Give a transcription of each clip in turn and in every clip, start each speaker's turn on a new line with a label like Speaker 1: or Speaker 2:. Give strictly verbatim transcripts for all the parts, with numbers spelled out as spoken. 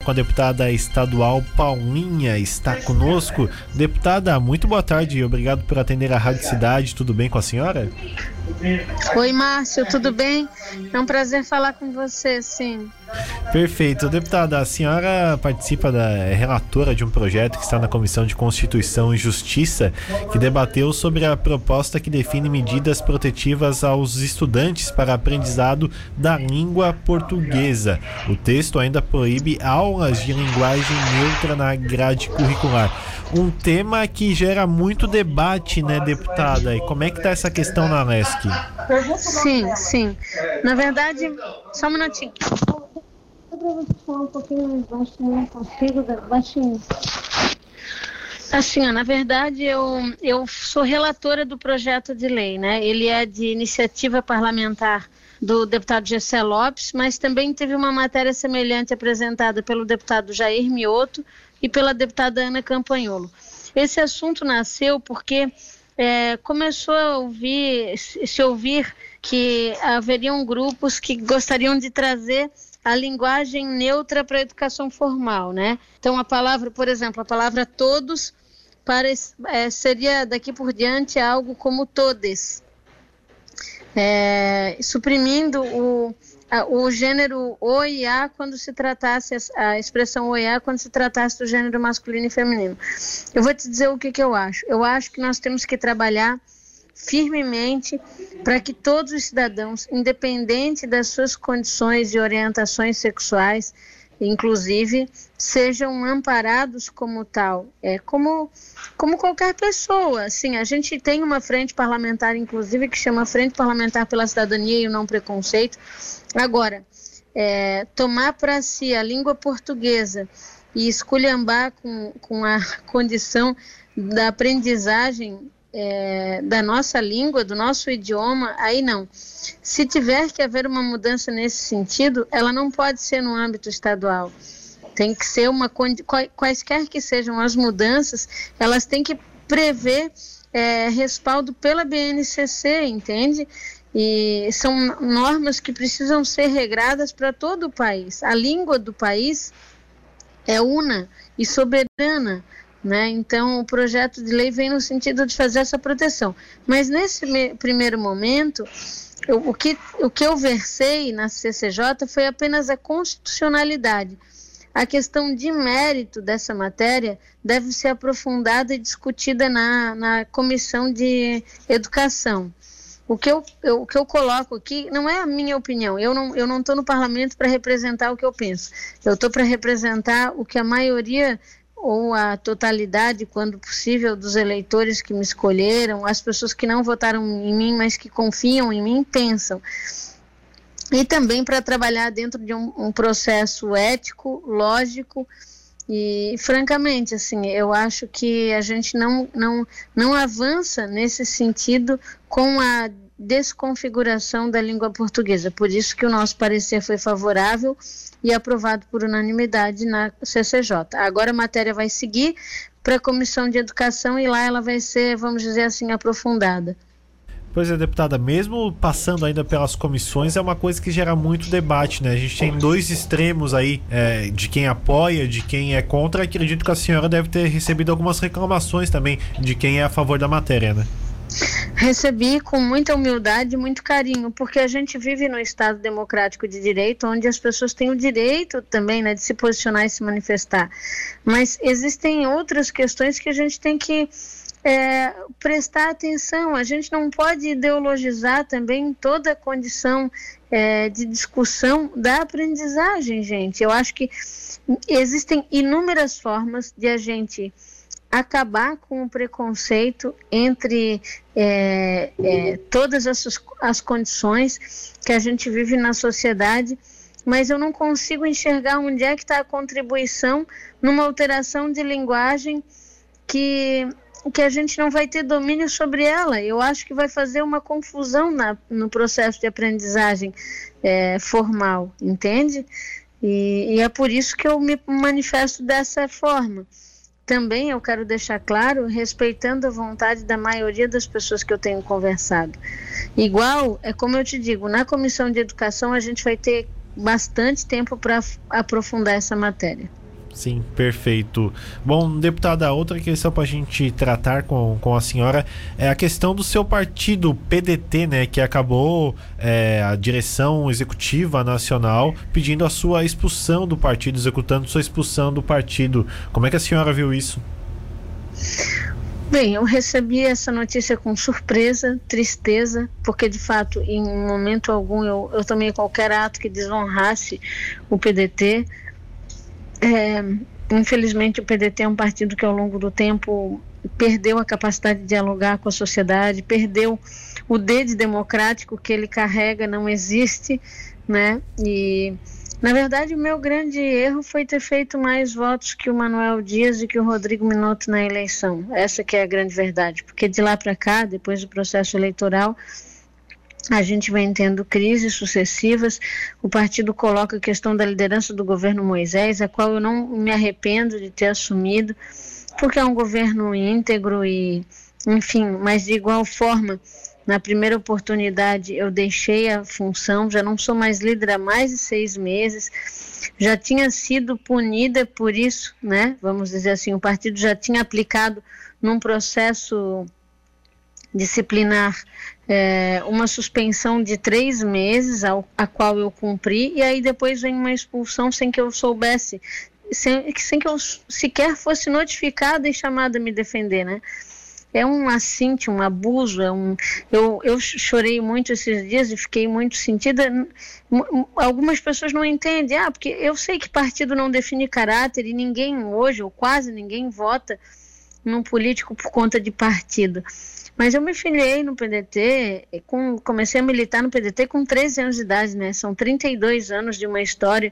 Speaker 1: com a deputada estadual Paulinha, está conosco. Deputada, muito boa tarde e obrigado por atender a Rádio Cidade. Tudo bem com a senhora?
Speaker 2: Oi, Márcio, tudo bem? É um prazer falar com você, sim.
Speaker 1: Perfeito. Deputada, a senhora participa da é relatora de um projeto que está na Comissão de Constituição e Justiça, que debateu sobre a proposta que define medidas protetivas aos estudantes para aprendizado da língua portuguesa. O texto ainda proíbe aulas de linguagem neutra na grade curricular. Um tema que gera muito debate, né, deputada? E como é que está essa questão na Lesc?
Speaker 2: Sim, sim. Na verdade, só um minutinho. Um pouquinho baixinho, consigo, baixinho. Assim, ó, na verdade, eu, eu sou relatora do projeto de lei, né? Ele é de iniciativa parlamentar do deputado Gessé Lopes, mas também teve uma matéria semelhante apresentada pelo deputado Jair Mioto e pela deputada Ana Campanholo. Esse assunto nasceu porque é, começou a ouvir, se ouvir que haveriam grupos que gostariam de trazer a linguagem neutra para a educação formal, né? Então a palavra, por exemplo, a palavra todos para, é, seria daqui por diante algo como todes, é, suprimindo o, a, o gênero o e a quando se tratasse, a expressão o e a quando se tratasse do gênero masculino e feminino. Eu vou te dizer o que, que eu acho. Eu acho que nós temos que trabalhar firmemente para que todos os cidadãos, independente das suas condições e orientações sexuais, inclusive, sejam amparados como tal, é, como, como qualquer pessoa. Assim, a gente tem uma frente parlamentar, inclusive, que chama Frente Parlamentar pela Cidadania e o Não Preconceito. Agora, é, tomar para si a língua portuguesa e esculhambar com, com a condição da aprendizagem É, da nossa língua, do nosso idioma, aí não. Se tiver que haver uma mudança nesse sentido, ela não pode ser no âmbito estadual. Tem que ser uma, quaisquer que sejam as mudanças, elas têm que prever é, respaldo pela B N C C, entende? E são normas que precisam ser regradas para todo o país. A língua do país é una e soberana, né? Então o projeto de lei vem no sentido de fazer essa proteção, mas nesse me- primeiro momento eu, o, que, o que eu versei na C C J foi apenas a constitucionalidade. A questão de mérito dessa matéria deve ser aprofundada e discutida na, na Comissão de Educação. O que eu, eu, o que eu coloco aqui não é a minha opinião, eu não eu não estou no parlamento para representar o que eu penso, eu estou para representar o que a maioria ou a totalidade, quando possível, dos eleitores que me escolheram, as pessoas que não votaram em mim, mas que confiam em mim, pensam. E também para trabalhar dentro de um, um processo ético, lógico, e, francamente, assim, eu acho que a gente não, não, não avança nesse sentido com a desconfiguração da língua portuguesa. Por isso que o nosso parecer foi favorável e aprovado por unanimidade na C C J. Agora a matéria vai seguir para a Comissão de Educação e lá ela vai ser, vamos dizer assim, aprofundada.
Speaker 1: Pois é, deputada, mesmo passando ainda pelas comissões, é uma coisa que gera muito debate, né? A gente tem dois extremos aí, é, de quem apoia, de quem é contra. Acredito que a senhora deve ter recebido algumas reclamações também de quem é a favor da matéria, né?
Speaker 2: Recebi com muita humildade e muito carinho, porque a gente vive no Estado democrático de direito, onde as pessoas têm o direito também, né, de se posicionar e se manifestar. Mas existem outras questões que a gente tem que é, prestar atenção. A gente não pode ideologizar também toda a condição é, de discussão da aprendizagem, gente. Eu acho que existem inúmeras formas de a gente acabar com o preconceito entre é, é, todas as, as condições que a gente vive na sociedade, mas eu não consigo enxergar onde é que está a contribuição numa alteração de linguagem que, que a gente não vai ter domínio sobre ela. Eu acho que vai fazer uma confusão na, no processo de aprendizagem é, formal, entende? E, e é por isso que eu me manifesto dessa forma. Também eu quero deixar claro, respeitando a vontade da maioria das pessoas que eu tenho conversado. Igual, é como eu te digo, na Comissão de Educação a gente vai ter bastante tempo para aprofundar essa matéria.
Speaker 1: Sim, perfeito. Bom, deputada, outra questão para a gente tratar com, com a senhora é a questão do seu partido, P D T, né, que acabou é, a direção executiva nacional pedindo a sua expulsão do partido, executando sua expulsão do partido. Como é que a senhora viu isso?
Speaker 2: Bem, eu recebi essa notícia com surpresa, tristeza, porque de fato, em momento algum, eu, eu tomei qualquer ato que desonrasse o P D T. É, infelizmente o P D T é um partido que ao longo do tempo perdeu a capacidade de dialogar com a sociedade, perdeu o dedo democrático que ele carrega, não existe, né? E na verdade o meu grande erro foi ter feito mais votos que o Manuel Dias e que o Rodrigo Minotto na eleição. Essa que é a grande verdade, porque de lá para cá, depois do processo eleitoral, a gente vem tendo crises sucessivas. O partido coloca a questão da liderança do governo Moisés, a qual eu não me arrependo de ter assumido, porque é um governo íntegro e, enfim, mas de igual forma, na primeira oportunidade eu deixei a função, já não sou mais líder há mais de seis meses, já tinha sido punida por isso, né? Vamos dizer assim, o partido já tinha aplicado num processo disciplinar é, uma suspensão de três meses, ao, a qual eu cumpri, e aí depois vem uma expulsão sem que eu soubesse, sem, sem que eu sequer fosse notificada e chamada a me defender, né? É um assinte, um abuso, é um... Eu, eu chorei muito esses dias e fiquei muito sentida. Algumas pessoas não entendem, ah, porque eu sei que partido não define caráter e ninguém hoje, ou quase ninguém, vota num político por conta de partido. Mas eu me filiei no P D T, com, comecei a militar no P D T com treze anos de idade, né? São trinta e dois anos de uma história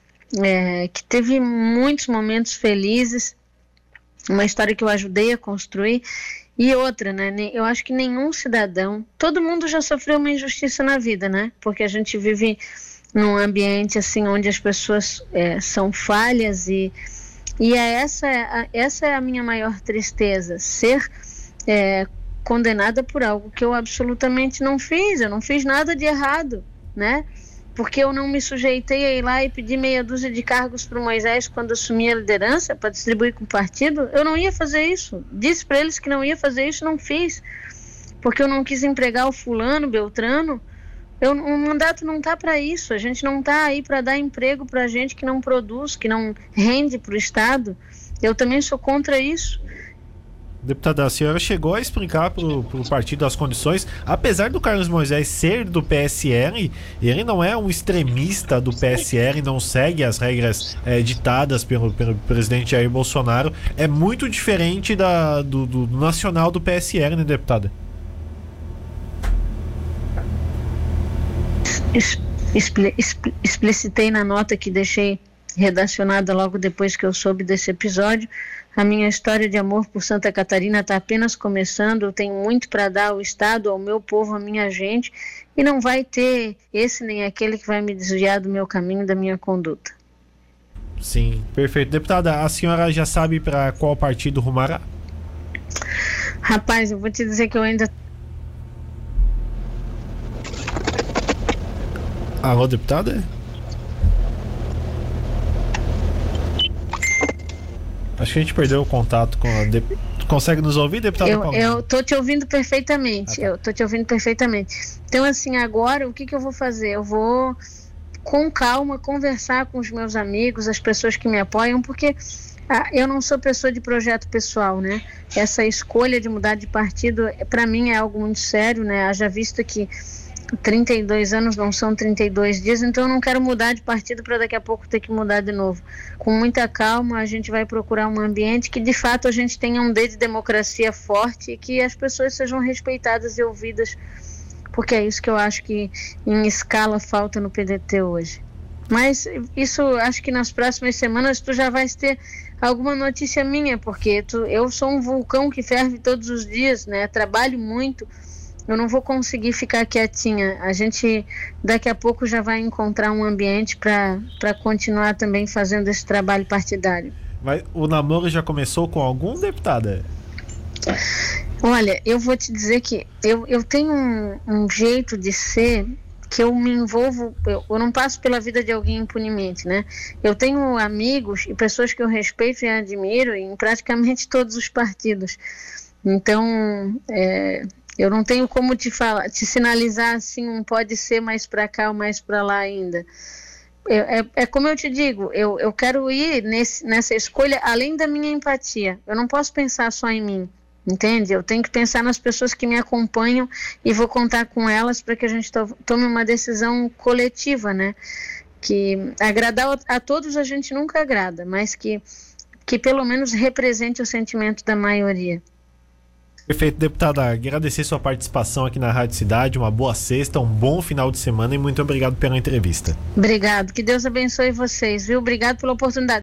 Speaker 2: é, que teve muitos momentos felizes, uma história que eu ajudei a construir. E outra, né? Eu acho que nenhum cidadão, todo mundo já sofreu uma injustiça na vida, né? Porque a gente vive num ambiente assim onde as pessoas é, são falhas e, e é essa, essa é a minha maior tristeza, ser é, condenada por algo que eu absolutamente não fiz, eu não fiz nada de errado, né? Porque eu não me sujeitei a ir lá e pedir meia dúzia de cargos para o Moisés quando assumi a liderança para distribuir com o partido. Eu não ia fazer isso. Disse para eles que não ia fazer isso, não fiz. Porque eu não quis empregar o fulano, Beltrano. Eu, o mandato não está para isso. A gente não está aí para dar emprego para gente que não produz, que não rende para o Estado. Eu também sou contra isso.
Speaker 1: Deputada, a senhora chegou a explicar para o partido as condições, apesar do Carlos Moisés ser do P S L, ele não é um extremista do P S L, não segue as regras é, ditadas pelo, pelo presidente Jair Bolsonaro, é muito diferente da, do, do, do nacional do P S L, né, deputada?
Speaker 2: Expli, expli, explicitei na nota que deixei redacionada logo depois que eu soube desse episódio. A minha história de amor por Santa Catarina está apenas começando. Eu tenho muito para dar ao Estado, ao meu povo, à minha gente, e não vai ter esse nem aquele que vai me desviar do meu caminho, da minha conduta.
Speaker 1: Sim, perfeito. Deputada, a senhora já sabe para qual partido rumará?
Speaker 2: Rapaz, eu vou te dizer que eu ainda...
Speaker 1: Alô, deputada? Acho que a gente perdeu o contato com a... De... Consegue nos ouvir, deputada?
Speaker 2: Eu, eu tô te ouvindo perfeitamente. Ah, tá. Eu tô te ouvindo perfeitamente. Então, assim, agora, o que que eu vou fazer? Eu vou, com calma, conversar com os meus amigos, as pessoas que me apoiam, porque ah, eu não sou pessoa de projeto pessoal, né? Essa escolha de mudar de partido, para mim, é algo muito sério, né? Haja visto que trinta e dois anos não são trinta e dois dias, então eu não quero mudar de partido para daqui a pouco ter que mudar de novo. Com muita calma, a gente vai procurar um ambiente que de fato a gente tenha um D de democracia forte e que as pessoas sejam respeitadas e ouvidas, porque é isso que eu acho que em escala falta no P D T hoje. Mas isso, acho que nas próximas semanas tu já vais ter alguma notícia minha, porque tu, eu sou um vulcão que ferve todos os dias, né? Trabalho muito. Eu não vou conseguir ficar quietinha. A gente daqui a pouco já vai encontrar um ambiente para continuar também fazendo esse trabalho partidário.
Speaker 1: Mas o namoro já começou com algum, deputada?
Speaker 2: Olha, eu vou te dizer que eu, eu tenho um, um jeito de ser que eu me envolvo, eu, eu não passo pela vida de alguém impunemente, né? Eu tenho amigos e pessoas que eu respeito e admiro em praticamente todos os partidos. Então, é, eu não tenho como te falar, te sinalizar assim, um pode ser mais para cá ou mais para lá ainda. É, é, é como eu te digo, eu, eu quero ir nesse, nessa escolha além da minha empatia. Eu não posso pensar só em mim. Entende? Eu tenho que pensar nas pessoas que me acompanham e vou contar com elas para que a gente to- tome uma decisão coletiva, né? Que agradar a todos a gente nunca agrada, mas que, que pelo menos represente o sentimento da maioria.
Speaker 1: Perfeito, deputada. Agradecer sua participação aqui na Rádio Cidade. Uma boa sexta, um bom final de semana e muito obrigado pela entrevista.
Speaker 2: Obrigado. Que Deus abençoe vocês, viu? Obrigado pela oportunidade.